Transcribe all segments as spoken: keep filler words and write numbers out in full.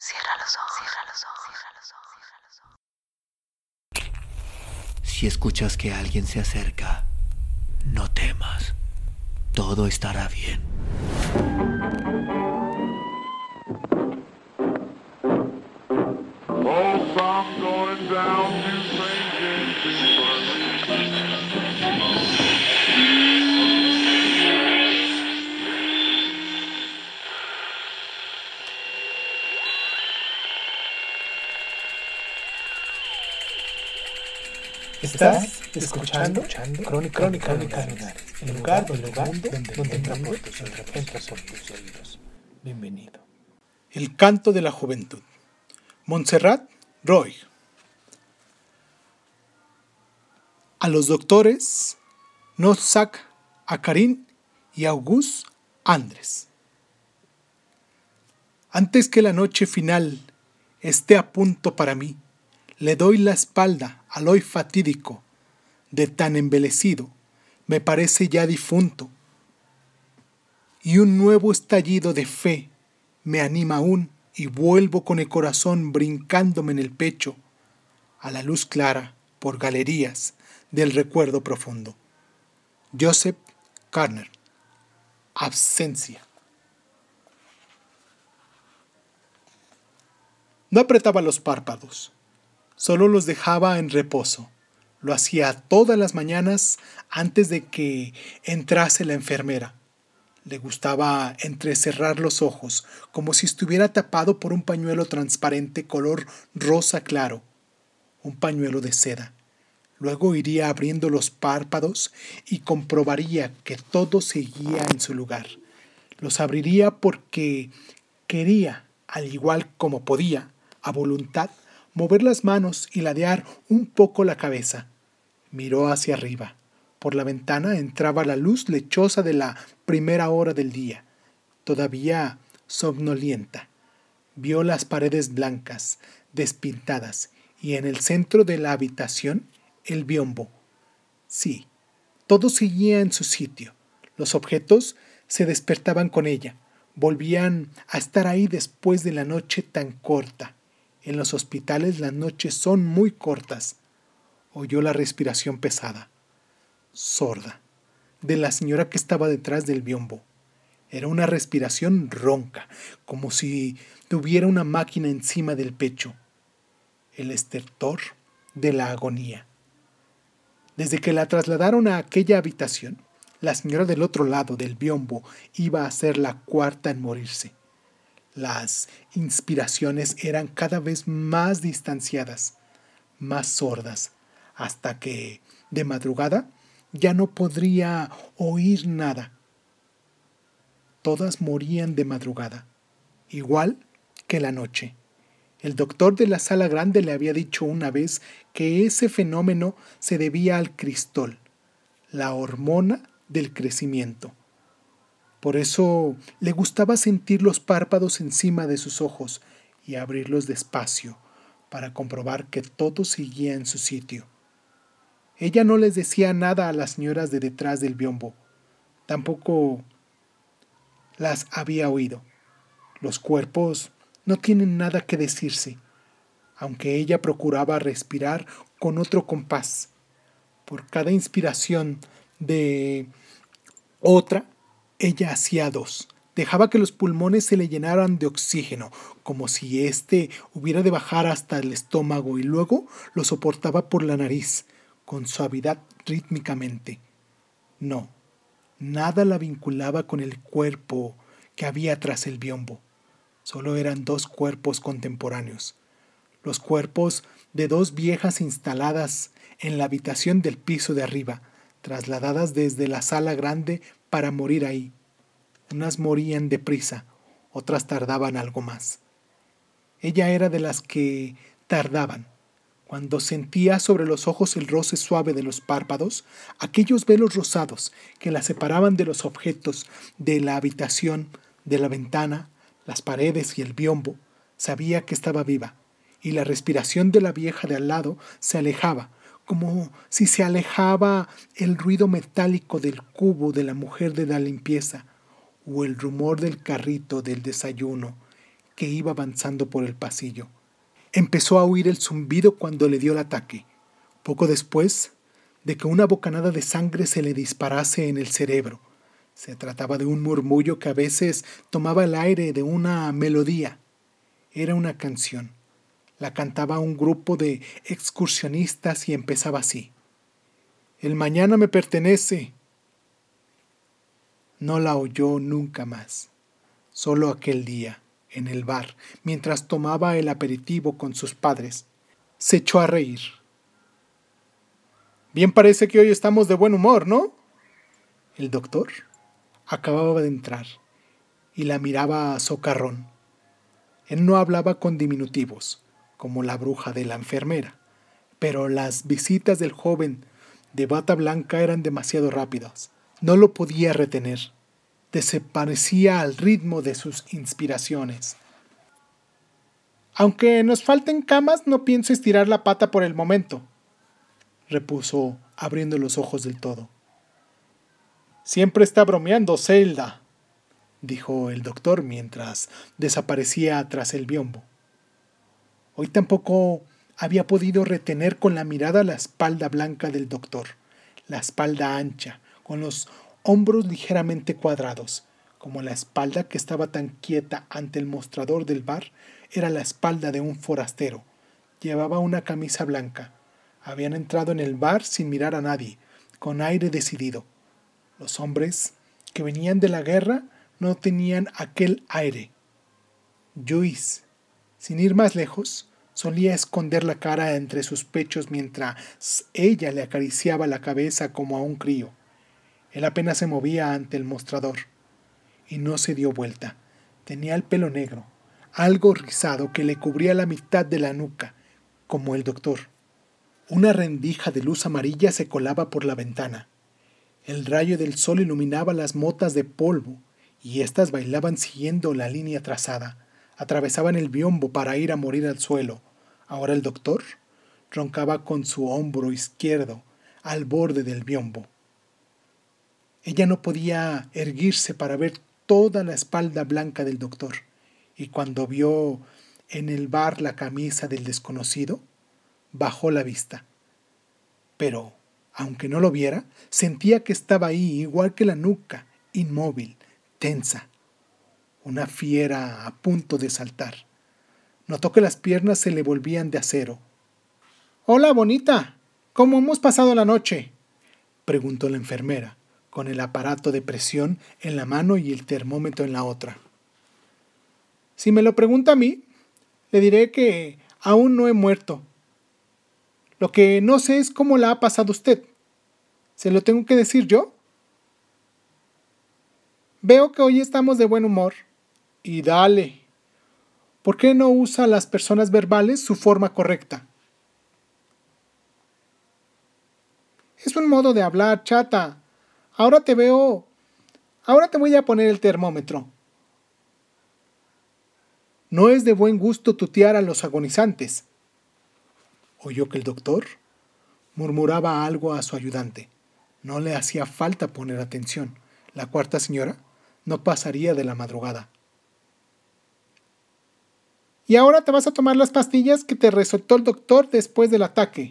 Cierra los ojos, cierra los ojos, cierra los ojos, cierra los ojos. Si escuchas que alguien se acerca, no temas. Todo estará bien. Oh, I'm going down to Saint James's Park. Estás escuchando, escuchando Crónica, Crónica, Crónica Lunares, el lugar, el lugar donde, donde, donde entra por tus oídos, entra por tus oídos. Bienvenido. El canto de la juventud. Montserrat Roig. A los doctores Notzak Akarin y August Andres. Antes que la noche final esté a punto para mí, le doy la espalda al hoy fatídico, de tan embelecido, me parece ya difunto. Y un nuevo estallido de fe me anima aún y vuelvo con el corazón brincándome en el pecho a la luz clara por galerías del recuerdo profundo. Joseph Carner. Absencia. No apretaba los párpados. Solo los dejaba en reposo. Lo hacía todas las mañanas antes de que entrase la enfermera. Le gustaba entrecerrar los ojos, como si estuviera tapado por un pañuelo transparente color rosa claro, un pañuelo de seda. Luego iría abriendo los párpados y comprobaría que todo seguía en su lugar. Los abriría porque quería, al igual como podía, a voluntad, mover las manos y ladear un poco la cabeza. Miró hacia arriba. Por la ventana entraba la luz lechosa de la primera hora del día, todavía somnolienta. Vio las paredes blancas, despintadas, y en el centro de la habitación el biombo. Sí, todo seguía en su sitio. Los objetos se despertaban con ella, volvían a estar ahí después de la noche tan corta. En los hospitales las noches son muy cortas. Oyó la respiración pesada, sorda, de la señora que estaba detrás del biombo. Era una respiración ronca, como si tuviera una máquina encima del pecho. El estertor de la agonía. Desde que la trasladaron a aquella habitación, la señora del otro lado del biombo iba a ser la cuarta en morirse. Las inspiraciones eran cada vez más distanciadas, más sordas, hasta que, de madrugada, ya no podría oír nada. Todas morían de madrugada, igual que la noche. El doctor de la sala grande le había dicho una vez que ese fenómeno se debía al cristol, la hormona del crecimiento. Por eso le gustaba sentir los párpados encima de sus ojos y abrirlos despacio para comprobar que todo seguía en su sitio. Ella no les decía nada a las señoras de detrás del biombo. Tampoco las había oído. Los cuerpos no tienen nada que decirse, aunque ella procuraba respirar con otro compás. Por cada inspiración de otra, ella hacía dos. Dejaba que los pulmones se le llenaran de oxígeno, como si éste hubiera de bajar hasta el estómago, y luego lo soportaba por la nariz, con suavidad rítmicamente. No, nada la vinculaba con el cuerpo que había tras el biombo. Solo eran dos cuerpos contemporáneos. Los cuerpos de dos viejas instaladas en la habitación del piso de arriba, trasladadas desde la sala grande para morir ahí. Unas morían deprisa, otras tardaban algo más. Ella era de las que tardaban. Cuando sentía sobre los ojos el roce suave de los párpados, aquellos velos rosados que la separaban de los objetos de la habitación, de la ventana, las paredes y el biombo, sabía que estaba viva, y la respiración de la vieja de al lado se alejaba, como si se alejaba el ruido metálico del cubo de la mujer de la limpieza, o el rumor del carrito del desayuno que iba avanzando por el pasillo. Empezó a oír el zumbido cuando le dio el ataque. Poco después de que una bocanada de sangre se le disparase en el cerebro. Se trataba de un murmullo que a veces tomaba el aire de una melodía. Era una canción. La cantaba un grupo de excursionistas y empezaba así. El mañana me pertenece. No la oyó nunca más. Solo aquel día, en el bar, mientras tomaba el aperitivo con sus padres, se echó a reír. Bien parece que hoy estamos de buen humor, ¿no? El doctor acababa de entrar y la miraba a socarrón. Él no hablaba con diminutivos, como la bruja de la enfermera, pero las visitas del joven de bata blanca eran demasiado rápidas. No lo podía retener. Desaparecía al ritmo de sus inspiraciones. Aunque nos falten camas, no pienso estirar la pata por el momento, repuso, abriendo los ojos del todo. Siempre está bromeando, Zelda, dijo el doctor mientras desaparecía tras el biombo. Hoy tampoco había podido retener con la mirada la espalda blanca del doctor, la espalda ancha, con los hombros ligeramente cuadrados, como la espalda que estaba tan quieta ante el mostrador del bar, era la espalda de un forastero. Llevaba una camisa blanca. Habían entrado en el bar sin mirar a nadie, con aire decidido. Los hombres que venían de la guerra no tenían aquel aire. Joyce, sin ir más lejos, solía esconder la cara entre sus pechos mientras ella le acariciaba la cabeza como a un crío. Él apenas se movía ante el mostrador y no se dio vuelta. Tenía el pelo negro, algo rizado que le cubría la mitad de la nuca, como el doctor. Una rendija de luz amarilla se colaba por la ventana. El rayo del sol iluminaba las motas de polvo y éstas bailaban siguiendo la línea trazada. Atravesaban el biombo para ir a morir al suelo. Ahora el doctor roncaba con su hombro izquierdo al borde del biombo. Ella no podía erguirse para ver toda la espalda blanca del doctor, y cuando vio en el bar la camisa del desconocido, bajó la vista. Pero, aunque no lo viera, sentía que estaba ahí, igual que la nuca, inmóvil, tensa. Una fiera a punto de saltar. Notó que las piernas se le volvían de acero. «Hola, bonita. ¿Cómo hemos pasado la noche?», preguntó la enfermera, con el aparato de presión en la mano y el termómetro en la otra. «Si me lo pregunta a mí, le diré que aún no he muerto. Lo que no sé es cómo la ha pasado usted. ¿Se lo tengo que decir yo? Veo que hoy estamos de buen humor. Y dale. ¿Por qué no usa a las personas verbales su forma correcta? Es un modo de hablar, chata. Ahora te veo. Ahora te voy a poner el termómetro. No es de buen gusto tutear a los agonizantes. Oyó que el doctor murmuraba algo a su ayudante. No le hacía falta poner atención. La cuarta señora no pasaría de la madrugada. Y ahora te vas a tomar las pastillas que te recetó el doctor después del ataque.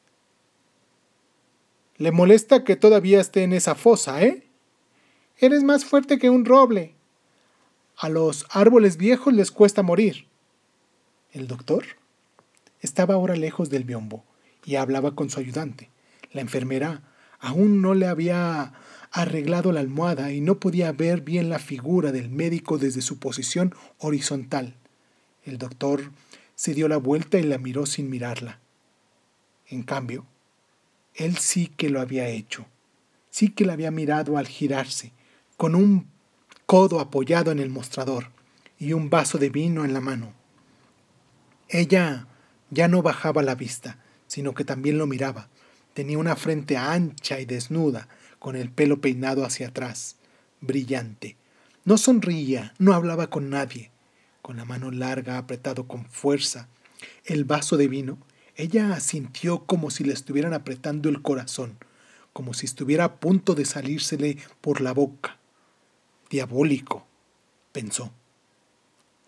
Le molesta que todavía esté en esa fosa, ¿eh? Eres más fuerte que un roble. A los árboles viejos les cuesta morir. El doctor estaba ahora lejos del biombo y hablaba con su ayudante. La enfermera aún no le había arreglado la almohada y no podía ver bien la figura del médico desde su posición horizontal. El doctor se dio la vuelta y la miró sin mirarla. En cambio, él sí que lo había hecho. Sí que la había mirado al girarse, con un codo apoyado en el mostrador y un vaso de vino en la mano. Ella ya no bajaba la vista, sino que también lo miraba. Tenía una frente ancha y desnuda, con el pelo peinado hacia atrás, brillante. No sonreía, no hablaba con nadie. Con la mano larga apretado con fuerza el vaso de vino, ella sintió como si le estuvieran apretando el corazón, como si estuviera a punto de salírsele por la boca. Diabólico, pensó.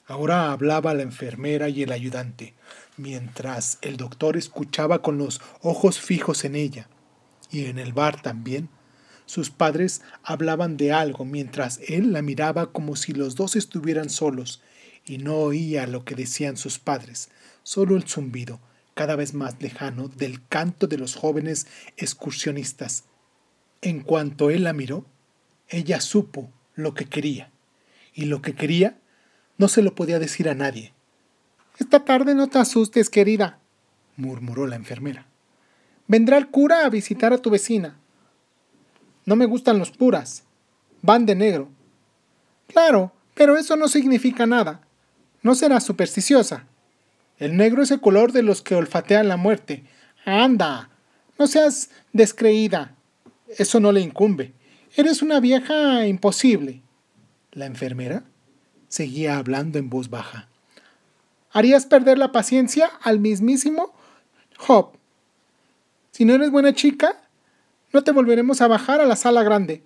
Ahora hablaba la enfermera y el ayudante, mientras el doctor escuchaba con los ojos fijos en ella. Y en el bar también. Sus padres hablaban de algo mientras él la miraba como si los dos estuvieran solos, y no oía lo que decían sus padres, solo el zumbido, cada vez más lejano, del canto de los jóvenes excursionistas. En cuanto él la miró, ella supo lo que quería, y lo que quería no se lo podía decir a nadie. «Esta tarde no te asustes, querida», murmuró la enfermera. «Vendrá el cura a visitar a tu vecina. No me gustan los curas. Van de negro». «Claro, pero eso no significa nada. No serás supersticiosa. El negro es el color de los que olfatean la muerte. Anda, no seas descreída. Eso no le incumbe. Eres una vieja imposible». La enfermera seguía hablando en voz baja. «Harías perder la paciencia al mismísimo Job. Si no eres buena chica, no te volveremos a bajar a la sala grande».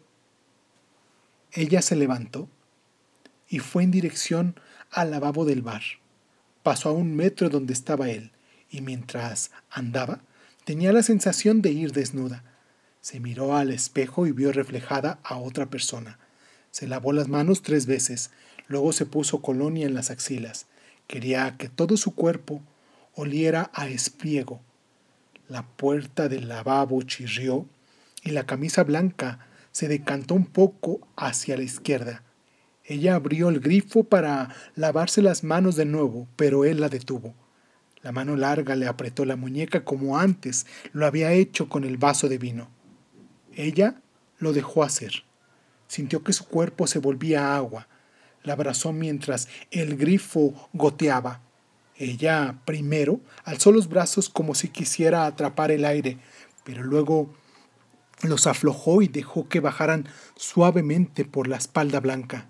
Ella se levantó y fue en dirección al lavabo del bar. Pasó a un metro donde estaba él, y mientras andaba, tenía la sensación de ir desnuda. Se miró al espejo y vio reflejada a otra persona. Se lavó las manos tres veces, luego se puso colonia en las axilas. Quería que todo su cuerpo oliera a espliego. La puerta del lavabo chirrió y la camisa blanca se decantó un poco hacia la izquierda. Ella abrió el grifo para lavarse las manos de nuevo, pero él la detuvo. La mano larga le apretó la muñeca como antes lo había hecho con el vaso de vino. Ella lo dejó hacer. Sintió que su cuerpo se volvía agua. La abrazó mientras el grifo goteaba. Ella, primero, alzó los brazos como si quisiera atrapar el aire, pero luego los aflojó y dejó que bajaran suavemente por la espalda blanca.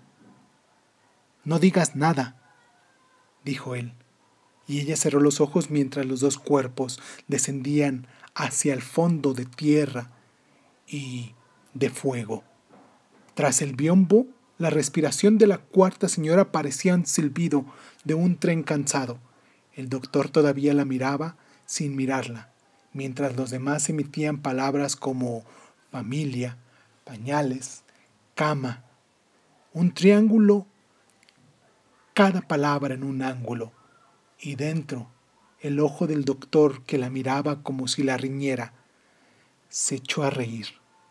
«No digas nada», dijo él, y ella cerró los ojos mientras los dos cuerpos descendían hacia el fondo de tierra y de fuego. Tras el biombo, la respiración de la cuarta señora parecía un silbido de un tren cansado. El doctor todavía la miraba sin mirarla, mientras los demás emitían palabras como familia, pañales, cama, un triángulo, cada palabra en un ángulo, y dentro, el ojo del doctor que la miraba como si la riñera, se echó a reír.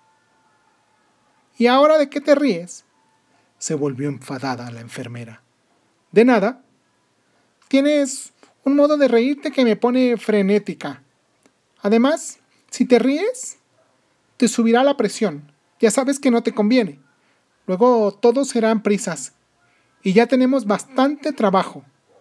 «¿Y ahora de qué te ríes?», se volvió enfadada la enfermera. «De nada. Tienes un modo de reírte que me pone frenética. Además, si te ríes, te subirá la presión. Ya sabes que no te conviene. Luego todos serán prisas. Y ya tenemos bastante trabajo».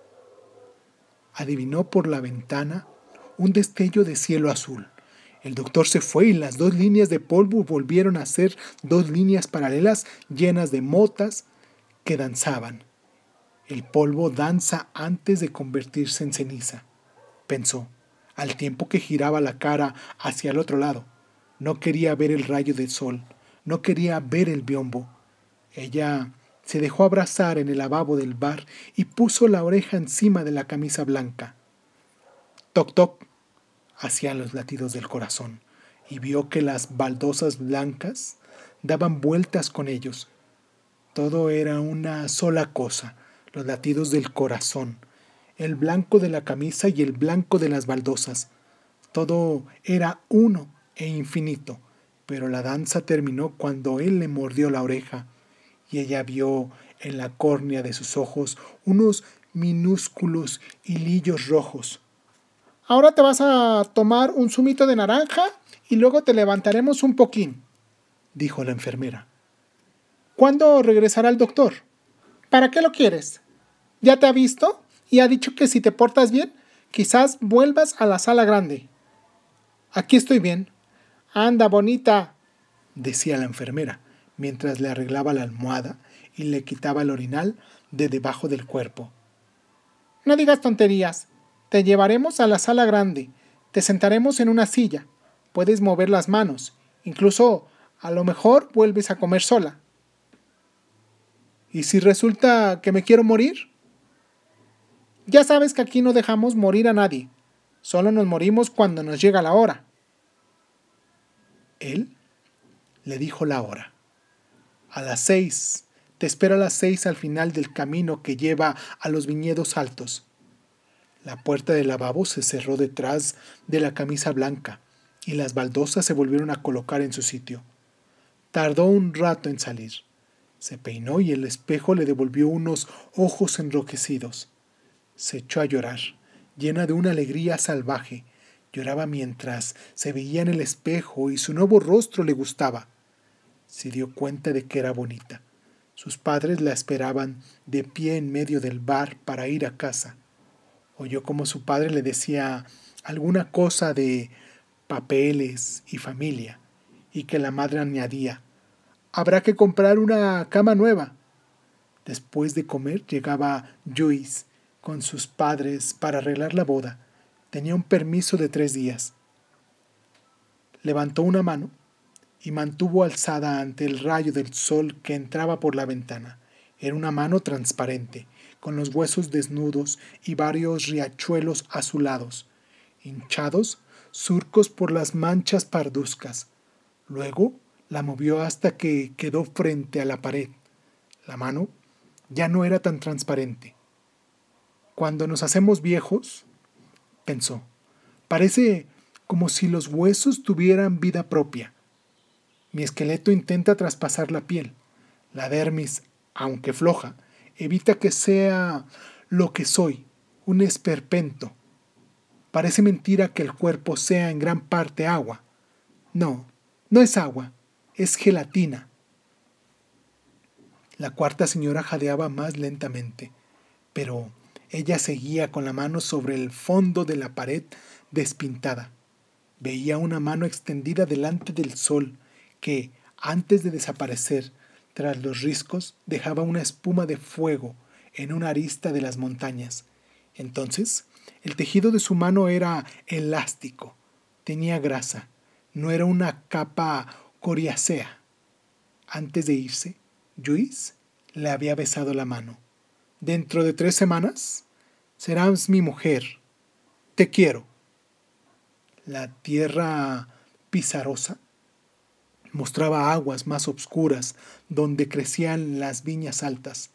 Adivinó por la ventana un destello de cielo azul. El doctor se fue y las dos líneas de polvo volvieron a ser dos líneas paralelas llenas de motas que danzaban. El polvo danza antes de convertirse en ceniza, pensó, al tiempo que giraba la cara hacia el otro lado. No quería ver el rayo del sol, no quería ver el biombo. Ella se dejó abrazar en el lavabo del bar y puso la oreja encima de la camisa blanca. Toc toc, hacían los latidos del corazón, y vio que las baldosas blancas daban vueltas con ellos. Todo era una sola cosa, los latidos del corazón, el blanco de la camisa y el blanco de las baldosas. Todo era uno e infinito, pero la danza terminó cuando él le mordió la oreja, y ella vio en la córnea de sus ojos unos minúsculos hilillos rojos. «Ahora te vas a tomar un zumito de naranja y luego te levantaremos un poquín», dijo la enfermera. «¿Cuándo regresará el doctor? ¿Para qué lo quieres? Ya te ha visto y ha dicho que si te portas bien, quizás vuelvas a la sala grande». «Aquí estoy bien». «Anda, bonita», decía la enfermera, mientras le arreglaba la almohada y le quitaba el orinal de debajo del cuerpo. «No digas tonterías. Te llevaremos a la sala grande. Te sentaremos en una silla. Puedes mover las manos. Incluso, a lo mejor, vuelves a comer sola». «¿Y si resulta que me quiero morir?». Ya sabes que aquí no dejamos morir a nadie. Solo nos morimos cuando nos llega la hora. Él le dijo la hora. A las seis. Te espero a las seis al final del camino que lleva a los viñedos altos. La puerta del lavabo se cerró detrás de la camisa blanca y las baldosas se volvieron a colocar en su sitio. Tardó un rato en salir. Se peinó y el espejo le devolvió unos ojos enrojecidos. Se echó a llorar, llena de una alegría salvaje. Lloraba mientras se veía en el espejo y su nuevo rostro le gustaba. Se dio cuenta de que era bonita. Sus padres la esperaban de pie en medio del bar para ir a casa. Oyó como su padre le decía alguna cosa de papeles y familia, y que la madre añadía: habrá que comprar una cama nueva. Después de comer llegaba Joyce con sus padres para arreglar la boda. Tenía un permiso de tres días. Levantó una mano y mantuvo alzada ante el rayo del sol que entraba por la ventana. Era una mano transparente, con los huesos desnudos y varios riachuelos azulados, hinchados, surcos por las manchas parduzcas. Luego la movió hasta que quedó frente a la pared. La mano ya no era tan transparente. Cuando nos hacemos viejos, pensó, parece como si los huesos tuvieran vida propia. Mi esqueleto intenta traspasar la piel. La dermis, aunque floja, evita que sea lo que soy, un esperpento. Parece mentira que el cuerpo sea en gran parte agua. No, no es agua, es gelatina. La cuarta señora jadeaba más lentamente, pero ella seguía con la mano sobre el fondo de la pared despintada. Veía una mano extendida delante del sol que, antes de desaparecer tras los riscos, dejaba una espuma de fuego en una arista de las montañas. Entonces, el tejido de su mano era elástico, tenía grasa, no era una capa coriácea. Antes de irse, Joyce le había besado la mano. Dentro de tres semanas serás mi mujer. Te quiero. La tierra pisarosa mostraba aguas más obscuras donde crecían las viñas altas.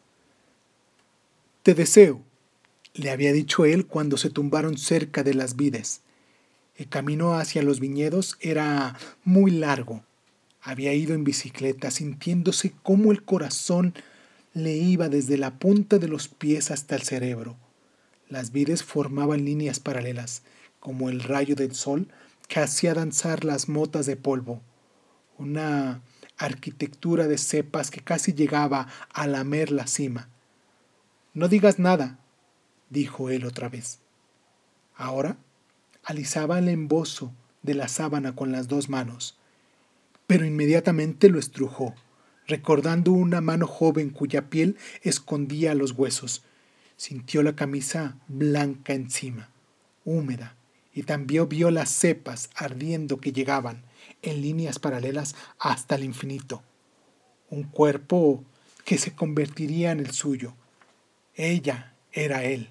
Te deseo, le había dicho él cuando se tumbaron cerca de las vides. El camino hacia los viñedos era muy largo. Había ido en bicicleta, sintiéndose cómo el corazón le iba desde la punta de los pies hasta el cerebro. Las vides formaban líneas paralelas, como el rayo del sol que hacía danzar las motas de polvo. Una arquitectura de cepas que casi llegaba a lamer la cima. No digas nada, dijo él otra vez. Ahora alisaba el embozo de la sábana con las dos manos, pero inmediatamente lo estrujó, recordando una mano joven cuya piel escondía los huesos. Sintió la camisa blanca encima, húmeda, y también vio las cepas ardiendo que llegaban en líneas paralelas hasta el infinito. Un cuerpo que se convertiría en el suyo. Ella era él.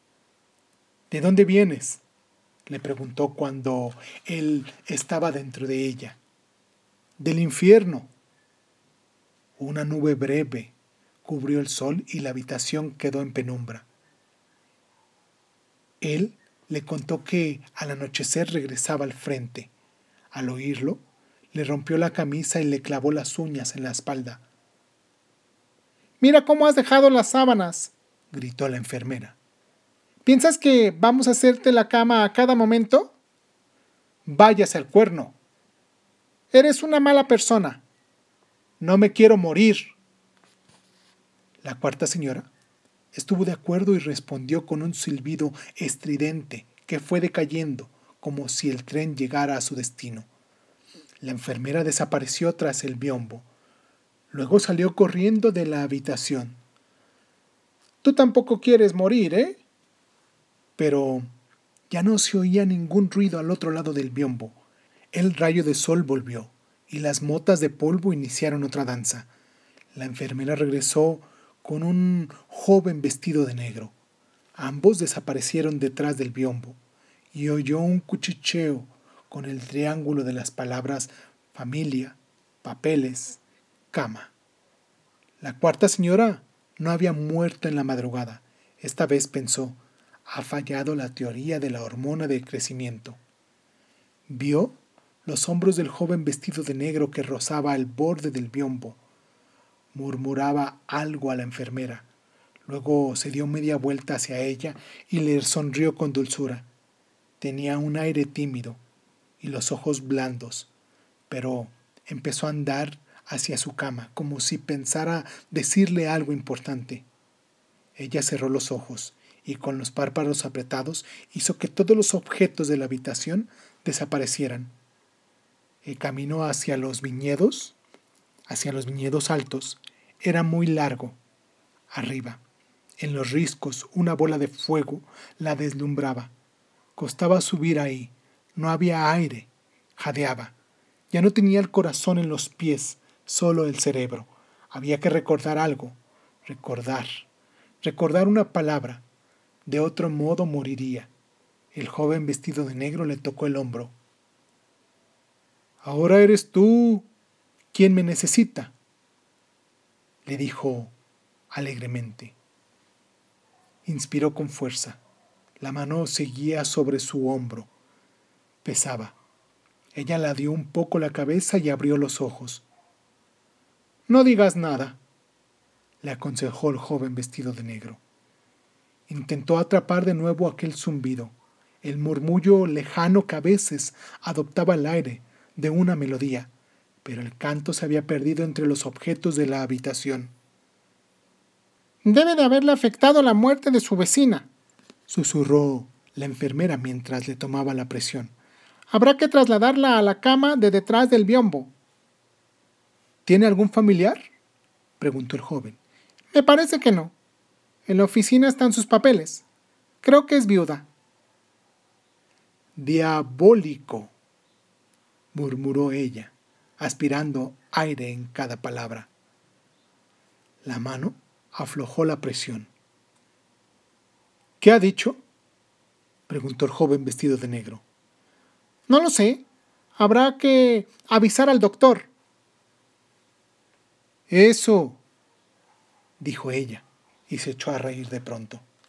¿De dónde vienes?, le preguntó cuando él estaba dentro de ella. Del infierno. Una nube breve cubrió el sol y la habitación quedó en penumbra. Él le contó que al anochecer regresaba al frente. Al oírlo, le rompió la camisa y le clavó las uñas en la espalda. «Mira cómo has dejado las sábanas», gritó la enfermera. «¿Piensas que vamos a hacerte la cama a cada momento?» «Váyase al cuerno». «Eres una mala persona». «No me quiero morir». La cuarta señora estuvo de acuerdo y respondió con un silbido estridente que fue decayendo, como si el tren llegara a su destino. La enfermera desapareció tras el biombo. Luego salió corriendo de la habitación. «Tú tampoco quieres morir, ¿eh?» Pero ya no se oía ningún ruido al otro lado del biombo. El rayo de sol volvió, y las motas de polvo iniciaron otra danza. La enfermera regresó con un joven vestido de negro. Ambos desaparecieron detrás del biombo y oyó un cuchicheo con el triángulo de las palabras familia, papeles, cama. La cuarta señora no había muerto en la madrugada. Esta vez pensó, ha fallado la teoría de la hormona del crecimiento. Vio los hombros del joven vestido de negro que rozaba el borde del biombo. Murmuraba algo a la enfermera. Luego se dio media vuelta hacia ella y le sonrió con dulzura. Tenía un aire tímido y los ojos blandos, pero empezó a andar hacia su cama, como si pensara decirle algo importante. Ella cerró los ojos y con los párpados apretados hizo que todos los objetos de la habitación desaparecieran. El camino hacia los viñedos, hacia los viñedos altos, era muy largo. Arriba, en los riscos, una bola de fuego la deslumbraba. Costaba subir ahí. No había aire. Jadeaba. Ya no tenía el corazón en los pies, solo el cerebro. Había que recordar algo. Recordar. Recordar una palabra. De otro modo moriría. El joven vestido de negro le tocó el hombro. «Ahora eres tú quien me necesita», le dijo alegremente. Inspiró con fuerza. La mano seguía sobre su hombro. Pesaba. Ella ladeó un poco la cabeza y abrió los ojos. «No digas nada», le aconsejó el joven vestido de negro. Intentó atrapar de nuevo aquel zumbido, el murmullo lejano que a veces adoptaba el aire de una melodía, pero el canto se había perdido entre los objetos de la habitación. «Debe de haberle afectado la muerte de su vecina», susurró la enfermera mientras le tomaba la presión. «Habrá que trasladarla a la cama de detrás del biombo». «¿Tiene algún familiar?», preguntó el joven. «Me parece que no. En la oficina están sus papeles. Creo que es viuda». «Diabólico», murmuró ella, aspirando aire en cada palabra. La mano aflojó la presión. «¿Qué ha dicho?», preguntó el joven vestido de negro. «No lo sé. Habrá que avisar al doctor». «Eso», dijo ella, y se echó a reír de pronto.